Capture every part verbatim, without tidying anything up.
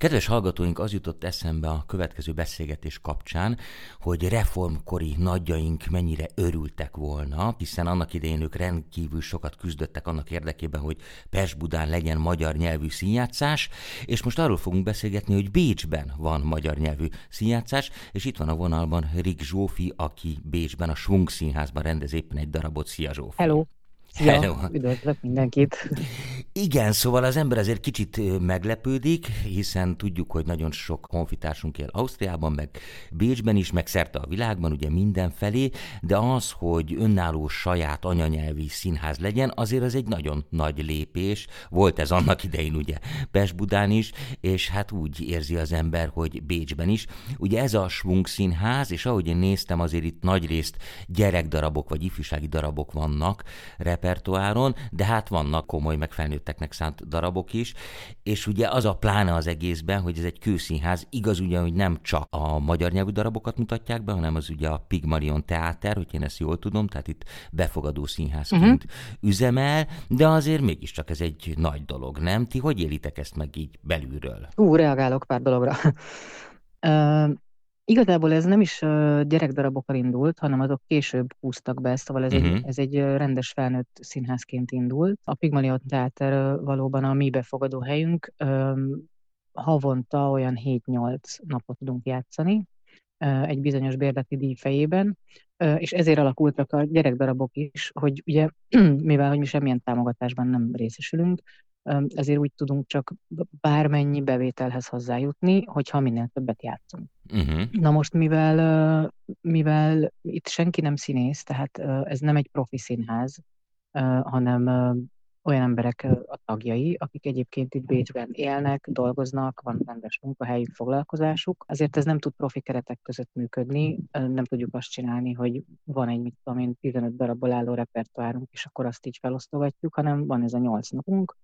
Kedves hallgatóink, az jutott eszembe a következő beszélgetés kapcsán, hogy reformkori nagyjaink mennyire örültek volna, hiszen annak idején ők rendkívül sokat küzdöttek annak érdekében, hogy Pest-Budán legyen magyar nyelvű színjátszás, és most arról fogunk beszélgetni, hogy Bécsben van magyar nyelvű színjátszás, és itt van a vonalban Rik Zsófi, aki Bécsben a Schwung Színházban rendez éppen egy darabot. Szia, Zsófi! Hello! Szia! Hello. Üdvözlök mindenkit! Igen, szóval az ember azért kicsit meglepődik, hiszen tudjuk, hogy nagyon sok honfitársunk él Ausztriában, meg Bécsben is, meg szerte a világban, ugye mindenfelé, de az, hogy önálló saját anyanyelvi színház legyen, azért az egy nagyon nagy lépés. Volt ez annak idején ugye Pest-Budán is, és hát úgy érzi az ember, hogy Bécsben is. Ugye ez a Schwung Színház, és ahogy én néztem, azért itt nagyrészt gyerekdarabok vagy ifjúsági darabok vannak repertoáron, de hát vannak komoly meg felnőtteknek szánt darabok is, és ugye az a pláne az egészben, hogy ez egy kőszínház, igaz ugye, hogy nem csak a magyar nyelvű darabokat mutatják be, hanem az ugye a Pygmalion Theater, hogy én ezt jól tudom, tehát itt befogadó színházként uh-huh. üzemel, de azért mégiscsak ez egy nagy dolog, nem? Ti hogy élitek ezt meg így belülről? Ú, reagálok pár dologra. uh, igazából ez nem is uh, gyerekdarabokkal indult, hanem azok később húztak be, szóval ez, uh-huh. egy, ez egy uh, rendes felnőtt színházként indult. A Pygmalion Theater uh, valóban a mi befogadó helyünk, um, havonta olyan hét-nyolc napot tudunk játszani, uh, egy bizonyos bérleti díj fejében, uh, és ezért alakultak a gyerekdarabok is, hogy ugye, mivel hogy mi semmilyen támogatásban nem részesülünk, ezért úgy tudunk csak bármennyi bevételhez hozzájutni, hogyha minél többet játszunk. Uh-huh. Na most, mivel, mivel itt senki nem színész, tehát ez nem egy profi színház, hanem olyan emberek a tagjai, akik egyébként itt Bécsben élnek, dolgoznak, van rendes munkahelyük, foglalkozásuk. Azért ez nem tud profi keretek között működni, nem tudjuk azt csinálni, hogy van egy, mit tudom én, tizenöt darabból álló repertoárunk, és akkor azt így felosztogatjuk, hanem van ez a nyolc napunk,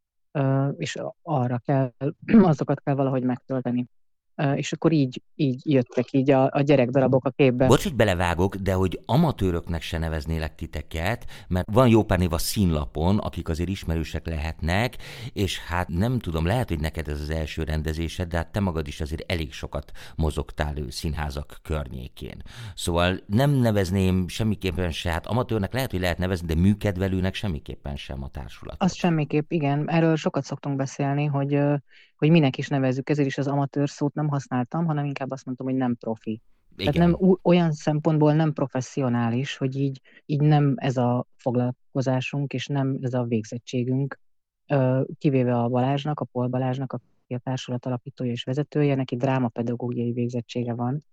és arra kell, azokat kell valahogy megtölteni. És akkor így, így jöttek így a, a gyerekdarabok a képbe. Bocs, hogy belevágok, de hogy amatőröknek se neveznélek titeket, mert van jó pár név a színlapon, akik azért ismerősek lehetnek, és hát nem tudom, lehet, hogy neked ez az első rendezésed, de hát te magad is azért elég sokat mozogtál ő színházak környékén. Szóval nem nevezném semmiképpen se, hát amatőrnek lehet, hogy lehet nevezni, de műkedvelőnek semmiképpen sem a társulatot. Az semmiképp, igen. Erről sokat szoktunk beszélni, hogy hogy minek is nevezzük, ezért is az amatőr szót nem használtam, hanem inkább azt mondtam, hogy nem profi. Igen. Tehát nem, olyan szempontból nem professzionális, hogy így, így nem ez a foglalkozásunk, és nem ez a végzettségünk, kivéve a Balázsnak, a Pol Balázsnak, aki a társulat alapítója és vezetője, neki drámapedagógiai végzettsége van,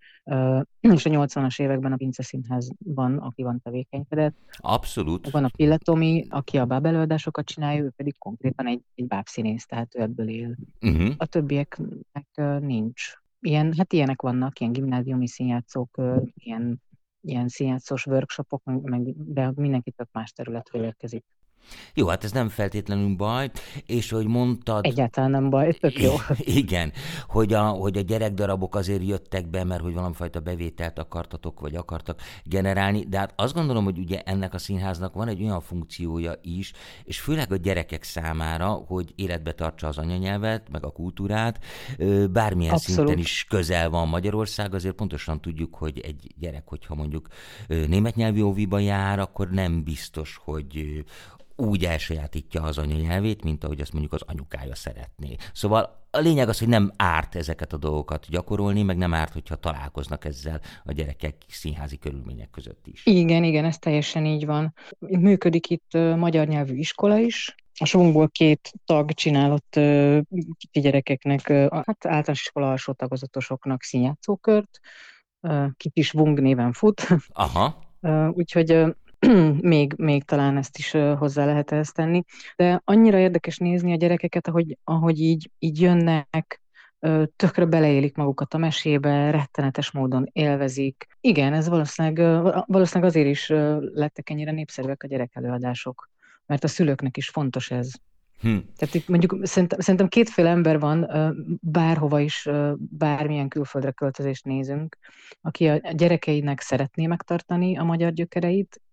és a nyolcvanas években a Pince Színházban, aki van tevékenykedett. Abszolút. Van a Pille Tomi, aki a bábelőadásokat csinálja, ő pedig konkrétan egy, egy bábszínész, tehát ő ebből él. Uh-huh. A többieknek nincs. Ilyen, hát ilyenek vannak, ilyen gimnáziumi színjátszók, ilyen, ilyen színjátszós workshopok, meg, de mindenki tök más területről érkezik. Jó, hát ez nem feltétlenül baj, és hogy mondtad... Egyáltalán nem baj, tök jó. Igen, hogy a, hogy a gyerekdarabok azért jöttek be, mert hogy valamifajta bevételt akartatok, vagy akartak generálni, de hát azt gondolom, hogy ugye ennek a színháznak van egy olyan funkciója is, és főleg a gyerekek számára, hogy életbe tartsa az anyanyelvet, meg a kultúrát, bármilyen Abszolút. Szinten is közel van Magyarország, azért pontosan tudjuk, hogy egy gyerek, hogyha mondjuk német nyelvű óviba jár, akkor nem biztos, hogy úgy elsajátítja az anyanyelvét, mint ahogy azt mondjuk az anyukája szeretné. Szóval a lényeg az, hogy nem árt ezeket a dolgokat gyakorolni, meg nem árt, hogyha találkoznak ezzel a gyerekek színházi körülmények között is. Igen, igen, ez teljesen így van. Működik itt magyar nyelvű iskola is. A Schwungból két tag csinálott kicsi gyerekeknek, hát általános iskola alsó tagozatosoknak színjátszókört. Kicsi Schwung néven fut. Aha. Úgyhogy még, még talán ezt is hozzá lehet ezt tenni. De annyira érdekes nézni a gyerekeket, ahogy, ahogy így, így jönnek, tökre beleélik magukat a mesébe, rettenetes módon élvezik. Igen, ez valószínűleg, valószínűleg azért is lettek ennyire népszerűek a gyerekelőadások, mert a szülőknek is fontos ez. Hm. Tehát itt mondjuk szerintem, szerintem kétféle ember van, bárhova is, bármilyen külföldre költözést nézünk, aki a gyerekeinek szeretné megtartani a magyar gyökereit, és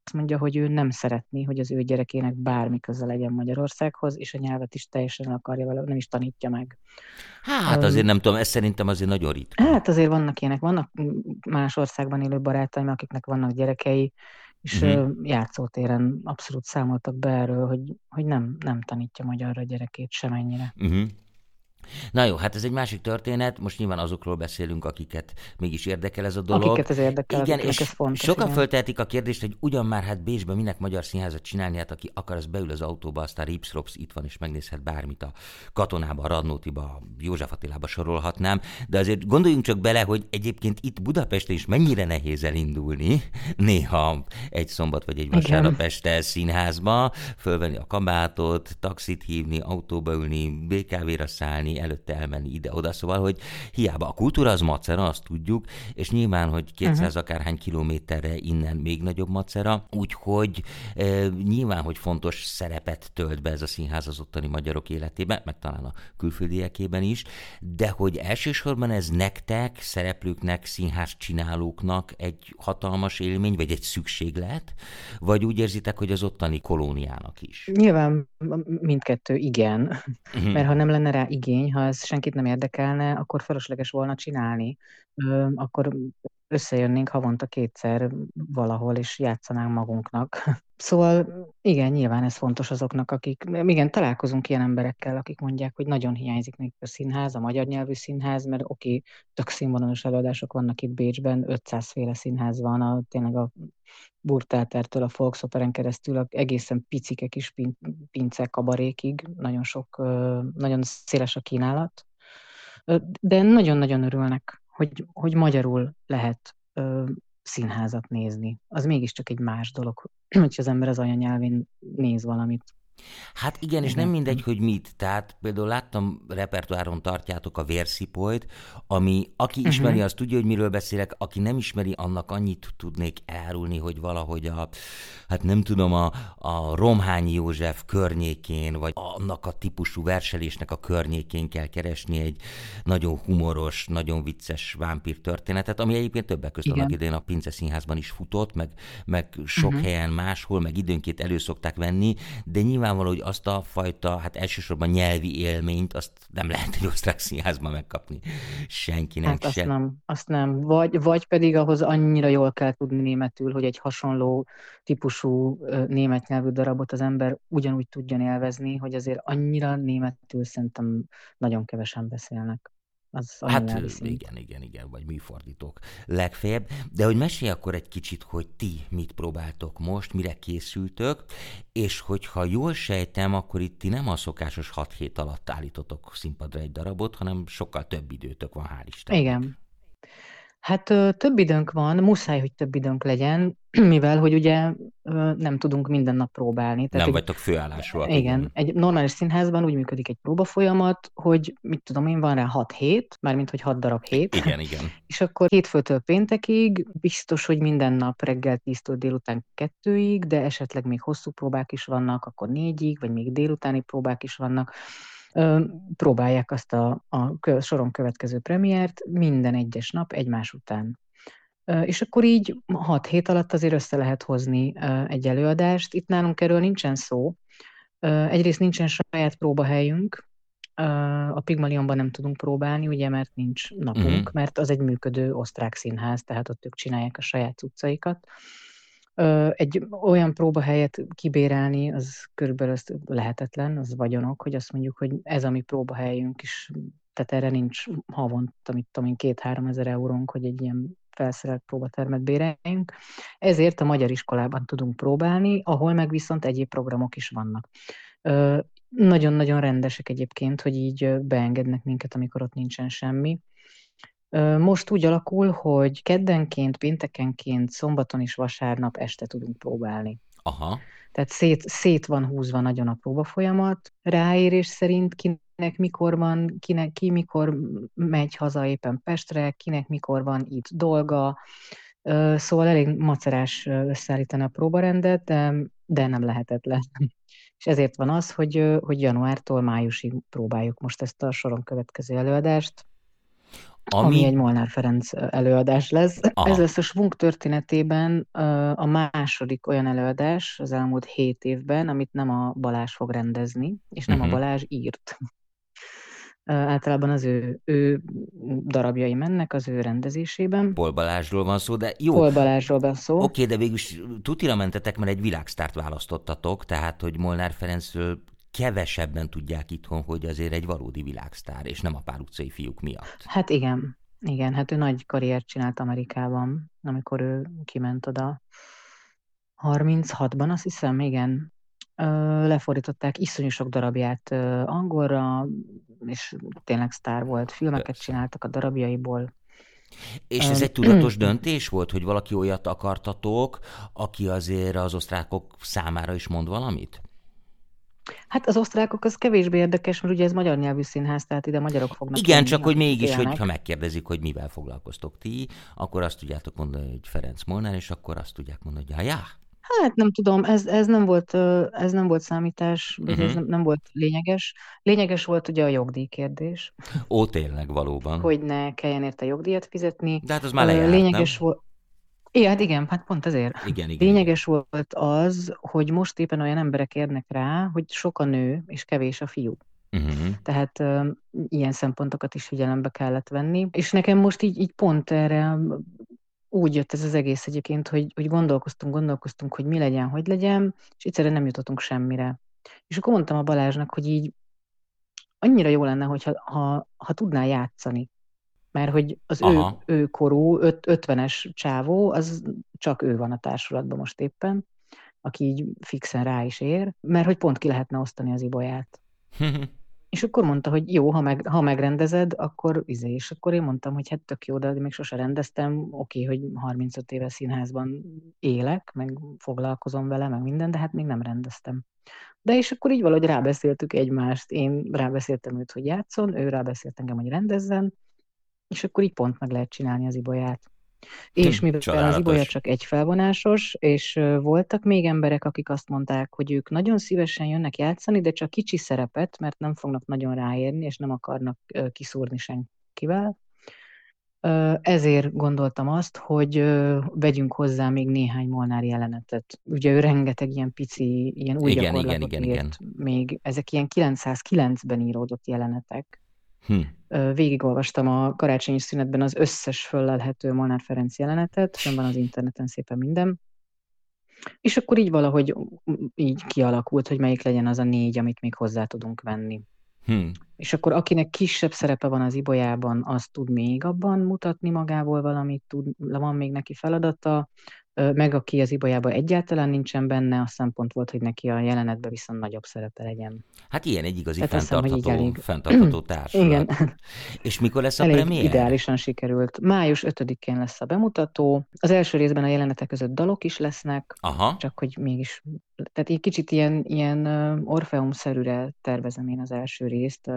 mondja, hogy ő nem szeretné, hogy az ő gyerekének bármi köze legyen Magyarországhoz, és a nyelvet is teljesen el akarja vele, nem is tanítja meg. Hát azért Öm, nem tudom, ez szerintem azért nagyon ritka. hát azért vannak ilyenek, vannak más országban élő barátaim, akiknek vannak gyerekei, és Uh-huh. ö, játszótéren abszolút számoltak be erről, hogy, hogy nem, nem tanítja magyarra a gyerekét semennyire. Uh-huh. Na jó, hát ez egy másik történet, most nyilván azokról beszélünk, akiket mégis érdekel ez a dolog. Akiket ez érdekel, Igen, akiknek ez és fontos, sokan igen. föltehetik a kérdést, hogy ugyan már hát Bécsben minek magyar színházat csinálni, hát aki akar, az beül az autóba, aztán Ripsrops itt van, és megnézhet bármit a Katonába, a Radnótiba, a József Attilába sorolhatnám, de azért gondoljunk csak bele, hogy egyébként itt Budapesten is mennyire nehéz elindulni, néha egy szombat vagy egy vasárnap Igen. este színházba, fölvenni a kabátot, taxit hívni, autóba ülni, bé ká véra szállni, előtte elmenni ide-oda, szóval, hogy hiába a kultúra az macera, azt tudjuk, és nyilván, hogy kétszáz uh-huh. akárhány kilométerre innen még nagyobb macera, úgyhogy e, nyilván, hogy fontos szerepet tölt be ez a színház az ottani magyarok életében, meg talán a külföldiekében is, de hogy elsősorban ez nektek, szereplőknek, színház csinálóknak egy hatalmas élmény, vagy egy szükséglet, vagy úgy érzitek, hogy az ottani kolóniának is? Nyilván mindkettő igen, Uh-huh. mert ha nem lenne rá igény, ha ez senkit nem érdekelne, akkor fölösleges volna csinálni. Ö, akkor összejönnénk havonta kétszer valahol, és játszanánk magunknak. Szóval igen, nyilván ez fontos azoknak, akik, igen, találkozunk ilyen emberekkel, akik mondják, hogy nagyon hiányzik nekik a színház, a magyar nyelvű színház, mert oké, okay, tök színvonalas előadások vannak itt Bécsben, ötszáz féle színház van, a, tényleg a Burgtheatertől a Volkszoperen keresztül a egészen picike kis pin, pince kabarékig, nagyon sok, nagyon széles a kínálat, de nagyon-nagyon örülnek, hogy, hogy magyarul lehet színházat nézni. Az mégiscsak egy más dolog, hogyha az ember az anyanyelvén néz valamit. Hát igen, és nem mindegy, hogy mit. Tehát például láttam, repertoáron tartjátok a Vérszipolyt, ami aki Uh-huh. ismeri, az tudja, hogy miről beszélek, aki nem ismeri, annak annyit tudnék elárulni, hogy valahogy a, hát nem tudom, a, a Romhányi József környékén, vagy annak a típusú verselésnek a környékén kell keresni egy nagyon humoros, nagyon vicces vámpír történetet, ami egyébként többek között annak idején a Pince Színházban is futott, meg, meg sok uh-huh. helyen máshol, meg időnként elő szokták venni, de nyilvánvaló, hogy azt a fajta, hát elsősorban nyelvi élményt, azt nem lehet egy osztrák színházban megkapni senkinek hát azt sem. nem, azt nem. Vagy, vagy pedig ahhoz annyira jól kell tudni németül, hogy egy hasonló típusú német nyelvű darabot az ember ugyanúgy tudjon élvezni, hogy azért annyira németül szerintem nagyon kevesen beszélnek. Az Hát igen, igen, igen, vagy műfordítók legfeljebb. De hogy mesélj akkor egy kicsit, hogy ti mit próbáltok most, mire készültök, és hogyha jól sejtem, akkor itt ti nem a szokásos hat hét alatt állítotok színpadra egy darabot, hanem sokkal több időtök van, hál' Istennek. Igen. Hát több időnk van, muszáj, hogy több időnk legyen, mivel, hogy ugye nem tudunk minden nap próbálni. Tehát nem vagytok főállásúak. Igen, igen, egy normális színházban úgy működik egy próbafolyamat, hogy mit tudom én, van rá hat hét, mármint hogy hat darab hét. Igen, igen. És akkor hétfőtől péntekig biztos, hogy minden nap reggel tíztől délután kettőig, de esetleg még hosszú próbák is vannak, akkor négyig, vagy még délutáni próbák is vannak. Próbálják azt a, a soron következő premiért minden egyes nap egymás után. És akkor így hat hét alatt azért össze lehet hozni egy előadást. Itt nálunk erről nincsen szó. Egyrészt nincsen saját próbahelyünk, a Pigmalionban nem tudunk próbálni, ugye, mert nincs napunk, uh-huh. mert az egy működő osztrák színház, tehát ott ők csinálják a saját cuccaikat. Egy olyan próbahelyet kibérelni, az körülbelül lehetetlen, az vagyonok, hogy azt mondjuk, hogy ez a mi próbahelyünk is, tehát erre nincs havonta, mit tudom én, két-három ezer eurónk, hogy egy ilyen felszerelt próbatermet béreljünk. Ezért a magyar iskolában tudunk próbálni, ahol meg viszont egyéb programok is vannak. Nagyon-nagyon rendesek egyébként, hogy így beengednek minket, amikor ott nincsen semmi. Most úgy alakul, hogy keddenként, péntekenként, szombaton és vasárnap este tudunk próbálni. Aha. Tehát szét, szét van húzva nagyon a próbafolyamat, ráérés szerint kinek mikor van, kinek ki mikor megy haza éppen Pestre, kinek mikor van itt dolga. Szóval elég macerás összeállítani a próbarendet, de, de nem lehetetlen. És ezért van az, hogy, hogy januártól májusig próbáljuk most ezt a soron következő előadást. Ami, ami egy Molnár Ferenc előadás lesz. Aha. Ez lesz a Schwung történetében a második olyan előadás az elmúlt hét évben, amit nem a Balázs fog rendezni, és nem uh-huh. a Balázs írt. Általában az ő, ő darabjai mennek az ő rendezésében. Pol Balázsról van szó, de jó. Pol Balázsról van szó. Oké, de végülis tutira mentetek, mert egy világsztárt választottatok, tehát, hogy Molnár Ferencről kevesebben tudják itthon, hogy azért egy valódi világsztár, és nem a pár utcai fiúk miatt. Hát igen, igen, hát ő nagy karriert csinált Amerikában, amikor ő kiment oda. harminchatban azt hiszem, igen. Lefordították iszonyú sok darabját angolra, és tényleg sztár volt. Filmeket Persze. csináltak a darabjaiból. És ez egy tudatos döntés volt, hogy valaki olyat akartatok, aki azért az osztrákok számára is mond valamit? Hát az osztrákok az kevésbé érdekes, mert ugye ez magyar nyelvű színház, tehát ide magyarok fognak. Igen, csak hogy mégis, hogyha megkérdezik, hogy mivel foglalkoztok ti, akkor azt tudjátok mondani, hogy Ferenc Molnár, és akkor azt tudják mondani, hogy ja, Hát nem tudom, ez, ez, nem, volt, ez nem volt számítás, uh-huh. ez nem, nem volt lényeges. Lényeges volt ugye a jogdíj kérdés. Ó, tényleg, valóban. Hogy ne kelljen érte jogdíjat fizetni. De hát az már lejárt, lényeges nem? volt. Igen, hát igen, hát pont ezért. Igen, igen, lényeges igen. volt az, hogy most éppen olyan emberek érnek rá, hogy sok a nő, és kevés a fiú. Uh-huh. Tehát uh, ilyen szempontokat is figyelembe kellett venni. És nekem most így, így pont erre úgy jött ez az egész egyébként, hogy, hogy gondolkoztunk, gondolkoztunk, hogy mi legyen, hogy legyen, és egyszerűen nem jutottunk semmire. És akkor mondtam a Balázsnak, hogy így annyira jó lenne, hogyha ha, ha tudnál játszani. Mert hogy az ő, ő korú, öt, ötvenes csávó, az csak ő van a társulatban most éppen, aki így fixen rá is ér, mert hogy pont ki lehetne osztani az ibolyát. És akkor mondta, hogy jó, ha, meg, ha megrendezed, akkor izé, és akkor én mondtam, hogy hát tök jó, de még sose rendeztem, oké, hogy harmincöt éve színházban élek, meg foglalkozom vele, meg minden, de hát még nem rendeztem. De és akkor így valahogy rábeszéltük egymást, én rábeszéltem őt, hogy játszon, ő rábeszélt engem, hogy rendezzen, és akkor így pont meg lehet csinálni az ibolyát. És mivel Családatos. Az ibolya csak egy felvonásos, és voltak még emberek, akik azt mondták, hogy ők nagyon szívesen jönnek játszani, de csak kicsi szerepet, mert nem fognak nagyon ráérni, és nem akarnak kiszúrni senkivel. Ezért gondoltam azt, hogy vegyünk hozzá még néhány Molnár jelenetet. Ugye ő rengeteg ilyen pici, ilyen új igen, gyakorlatot igen, igen, írt, igen. Még ezek ilyen kilencszázkilencben íródott jelenetek. Hm. Végigolvastam a karácsonyi szünetben az összes föllelhető Molnár Ferenc jelenetet, fenn van az interneten szépen minden. És akkor így valahogy így kialakult, hogy melyik legyen az a négy, amit még hozzá tudunk venni. Hm. És akkor akinek kisebb szerepe van az ibolyában, az tud még abban mutatni magából valamit, tud, van még neki feladata, meg aki az ibolyában egyáltalán nincsen benne, a szempont volt, hogy neki a jelenetben viszont nagyobb szerepe legyen. Hát ilyen egy igazi Tehát fenntartható, elég... fenntartható társulat. Igen. És mikor lesz a elég premier? Ideálisan sikerült. május ötödikén lesz a bemutató. Az első részben a jelenetek között dalok is lesznek, Aha. csak hogy mégis, tehát egy kicsit ilyen, ilyen Orfeum-szerűre tervezem én az első részt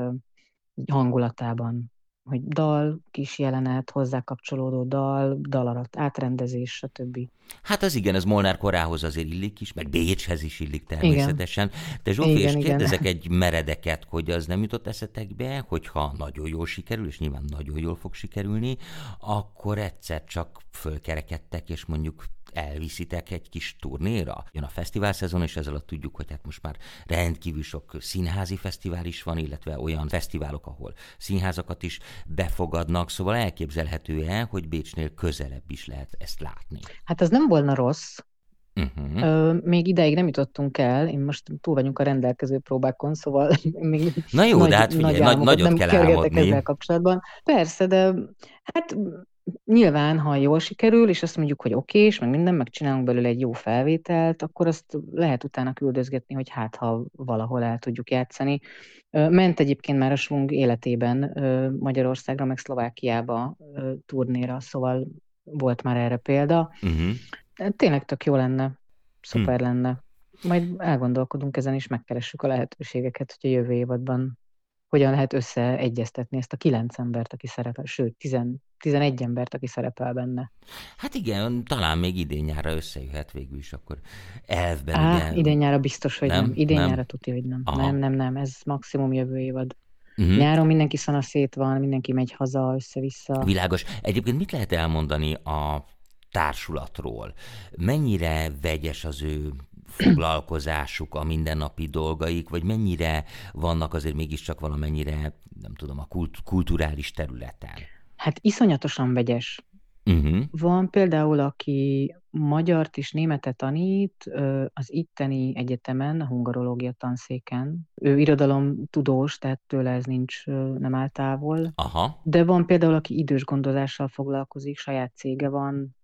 hangulatában. Hogy dal, kis jelenet, hozzá kapcsolódó dal, dal alatt átrendezés, stb. Hát az igen, ez Molnár korához azért illik is, meg Bécshez is illik természetesen. Igen. De Zsófi, igen, és kérdezek igen. egy meredeket, hogy az nem jutott eszetekbe, hogyha nagyon jól sikerül, és nyilván nagyon jól fog sikerülni, akkor egyszer csak fölkerekedtek, és mondjuk elviszitek egy kis turnéra. Jön a fesztivál szezon, és ezzel tudjuk, hogy hát most már rendkívül sok színházi fesztivál is van, illetve olyan fesztiválok, ahol színházakat is befogadnak, szóval elképzelhető-e, hogy Bécsnél közelebb is lehet ezt látni? Hát az nem volna rossz. Uh-huh. Ö, még ideig nem jutottunk el, én most túl vagyunk a rendelkező próbákon, szóval még Na jó, nagy, de hát figyelj, nagy, nagyot nem kell kergetek álmodni. ezzel kapcsolatban. Persze, de hát nyilván, ha jól sikerül, és azt mondjuk, hogy oké, és meg minden, megcsinálunk belőle egy jó felvételt, akkor azt lehet utána küldözgetni, hogy hát, ha valahol el tudjuk játszani. Ment egyébként már a Schwung életében Magyarországra, meg Szlovákiába turnéra, szóval volt már erre példa. Uh-huh. Tényleg tök jó lenne, szuper hmm. lenne. Majd elgondolkodunk ezen, és megkeressük a lehetőségeket, hogy a jövő évadban hogyan lehet összeegyeztetni ezt a kilenc embert, aki szerepel, sőt, tizen, tizenegy embert, aki szerepel benne. Hát igen, talán még idén-nyára összejöhet végül is, akkor elvben. Á, ugye... idén-nyára biztos, hogy nem. nem. Idén-nyára tuti, hogy nem. Aha. Nem, nem, nem, ez maximum jövő évad. Uh-huh. Nyáron mindenki szanaszét van, mindenki megy haza, össze-vissza. Világos. Egyébként mit lehet elmondani a társulatról? Mennyire vegyes az ő foglalkozásuk, a mindennapi dolgaik, vagy mennyire vannak azért mégiscsak valamennyire, nem tudom, a kult- kulturális területen? Hát iszonyatosan vegyes. Uh-huh. Van például, aki magyart és németet tanít az itteni egyetemen, a hungarológia tanszéken. Ő irodalomtudós, tehát tőle ez nincs, nem áll távol. Aha. De van például, aki idős gondozással foglalkozik, saját cége van.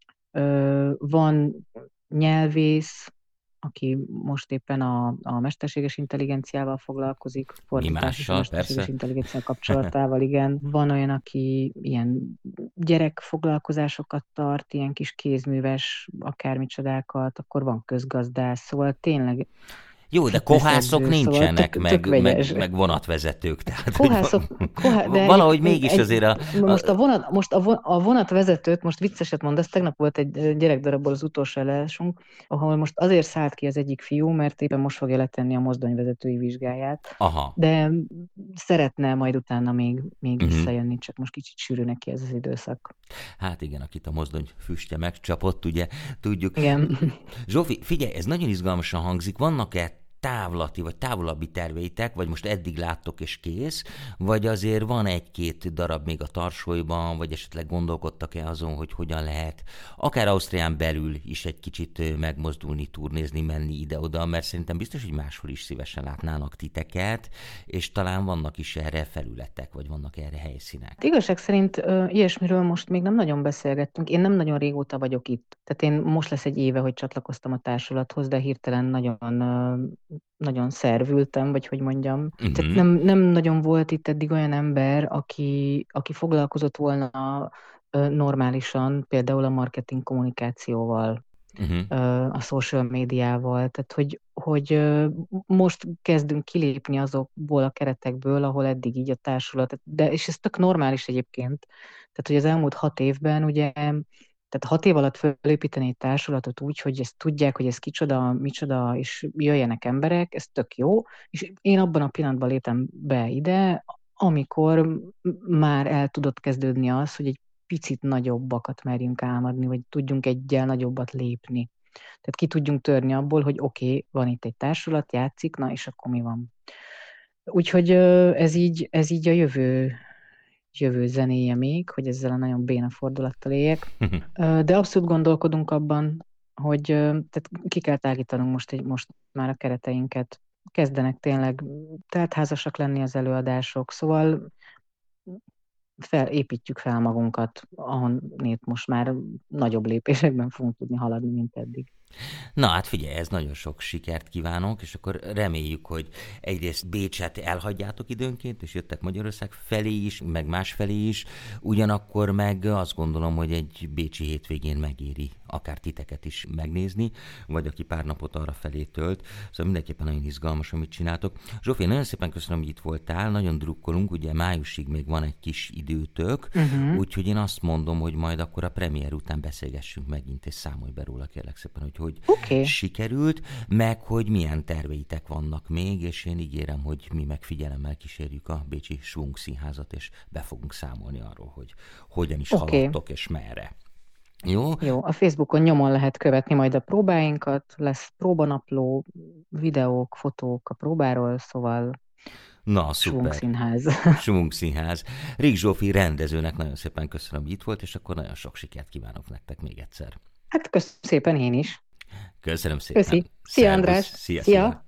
Van nyelvész, aki most éppen a, a mesterséges intelligenciával foglalkozik, fordítás és a mesterséges persze. intelligencia kapcsolatával, igen. Van olyan, aki ilyen gyerekfoglalkozásokat tart, ilyen kis kézműves akármicsodákat, akkor van közgazdász, szóval tényleg... Jó, de kohászok nincsenek, szóval tök, tök meg, meg, meg vonatvezetők. Tehát, kohászok, kohá... de valahogy mégis egy, azért a... a... Most, a, vonat, most a, a vonatvezetőt, most vicceset mondasz, tegnap volt egy gyerekdarabból az utolsó előadásunk, ahol most azért szállt ki az egyik fiú, mert éppen most fogja letenni a mozdonyvezetői vizsgáját. Aha. De szeretne majd utána még, még uh-huh. visszajönni, csak most kicsit sűrű neki ez az időszak. Hát igen, akit a mozdony füstje megcsapott, ugye, tudjuk. Igen. Zsófi, figyelj, ez nagyon izgalmasan hangzik. Vannak-e távlati vagy távolabbi terveitek, vagy most eddig láttok és kész, vagy azért van egy-két darab még a tarsolyban, vagy esetleg gondolkodtak-e azon, hogy hogyan lehet akár Ausztrián belül is egy kicsit megmozdulni, turnézni, menni ide-oda, mert szerintem biztos, hogy máshol is szívesen látnának titeket, és talán vannak is erre felületek, vagy vannak erre helyszínek. Igazság szerint ö, ilyesmiről most még nem nagyon beszélgettünk. Én nem nagyon régóta vagyok itt. Tehát én most lesz egy éve, hogy csatlakoztam a társulathoz, de hirtelen nagyon ö, nagyon szervültem, vagy hogy mondjam. Uh-huh. Tehát nem, nem nagyon volt itt eddig olyan ember, aki, aki foglalkozott volna normálisan, például a marketing kommunikációval, uh-huh. a social médiával. Tehát, hogy, hogy most kezdünk kilépni azokból a keretekből, ahol eddig így a társulat, de, és ez tök normális egyébként. Tehát, hogy az elmúlt hat évben ugye Tehát hat év alatt felépíteni egy társulatot úgy, hogy ezt tudják, hogy ez kicsoda, micsoda, és jöjjenek emberek, ez tök jó. És én abban a pillanatban léptem be ide, amikor már el tudott kezdődni az, hogy egy picit nagyobbakat merjünk álmodni, vagy tudjunk egyel nagyobbat lépni. Tehát ki tudjunk törni abból, hogy oké, okay, van itt egy társulat, játszik, na és akkor mi van. Úgyhogy ez így, ez így a jövő jövő zenéje még, hogy ezzel a nagyon béna fordulattal éljek. De abszolút gondolkodunk abban, hogy tehát ki kell tágítanunk most, egy, most már a kereteinket. Kezdenek tényleg teltházasak lenni az előadások, szóval felépítjük fel magunkat, ahonnét most már nagyobb lépésekben fogunk tudni haladni, mint eddig. Na hát figyelj, ez nagyon sok sikert kívánok, és akkor reméljük, hogy egyrészt Bécset elhagyjátok időnként, és jöttek Magyarország felé is, meg más felé is, ugyanakkor meg azt gondolom, hogy egy bécsi hétvégén megéri akár titeket is megnézni, vagy aki pár napot arra felé tölt. Szóval mindenképpen nagyon izgalmas, amit csináltok. Zsófi, nagyon szépen köszönöm, hogy itt voltál, nagyon drukkolunk, ugye májusig még van egy kis időtök, uh-huh. úgyhogy én azt mondom, hogy majd akkor a premier után beszélgessünk megint, és számolj be róla, kérlek szépen, hogy hogy okay. sikerült, meg hogy milyen terveitek vannak még, és én ígérem, hogy mi megfigyelemmel kísérjük a Bécsi Schwung Színházat, és be fogunk számolni arról, hogy hogyan is okay. haladtok, és merre. Jó? Jó, a Facebookon nyomon lehet követni majd a próbáinkat, lesz próbanapló, videók, fotók a próbáról, szóval na, szuper. Schwung Színház. Schwung Színház. Rig Zsófi rendezőnek nagyon szépen köszönöm, hogy itt volt, és akkor nagyon sok sikert kívánok nektek még egyszer. Hát köszönöm szépen én is. Köszönöm szépen. Köszi. Szia, András. Szia, szia. szia.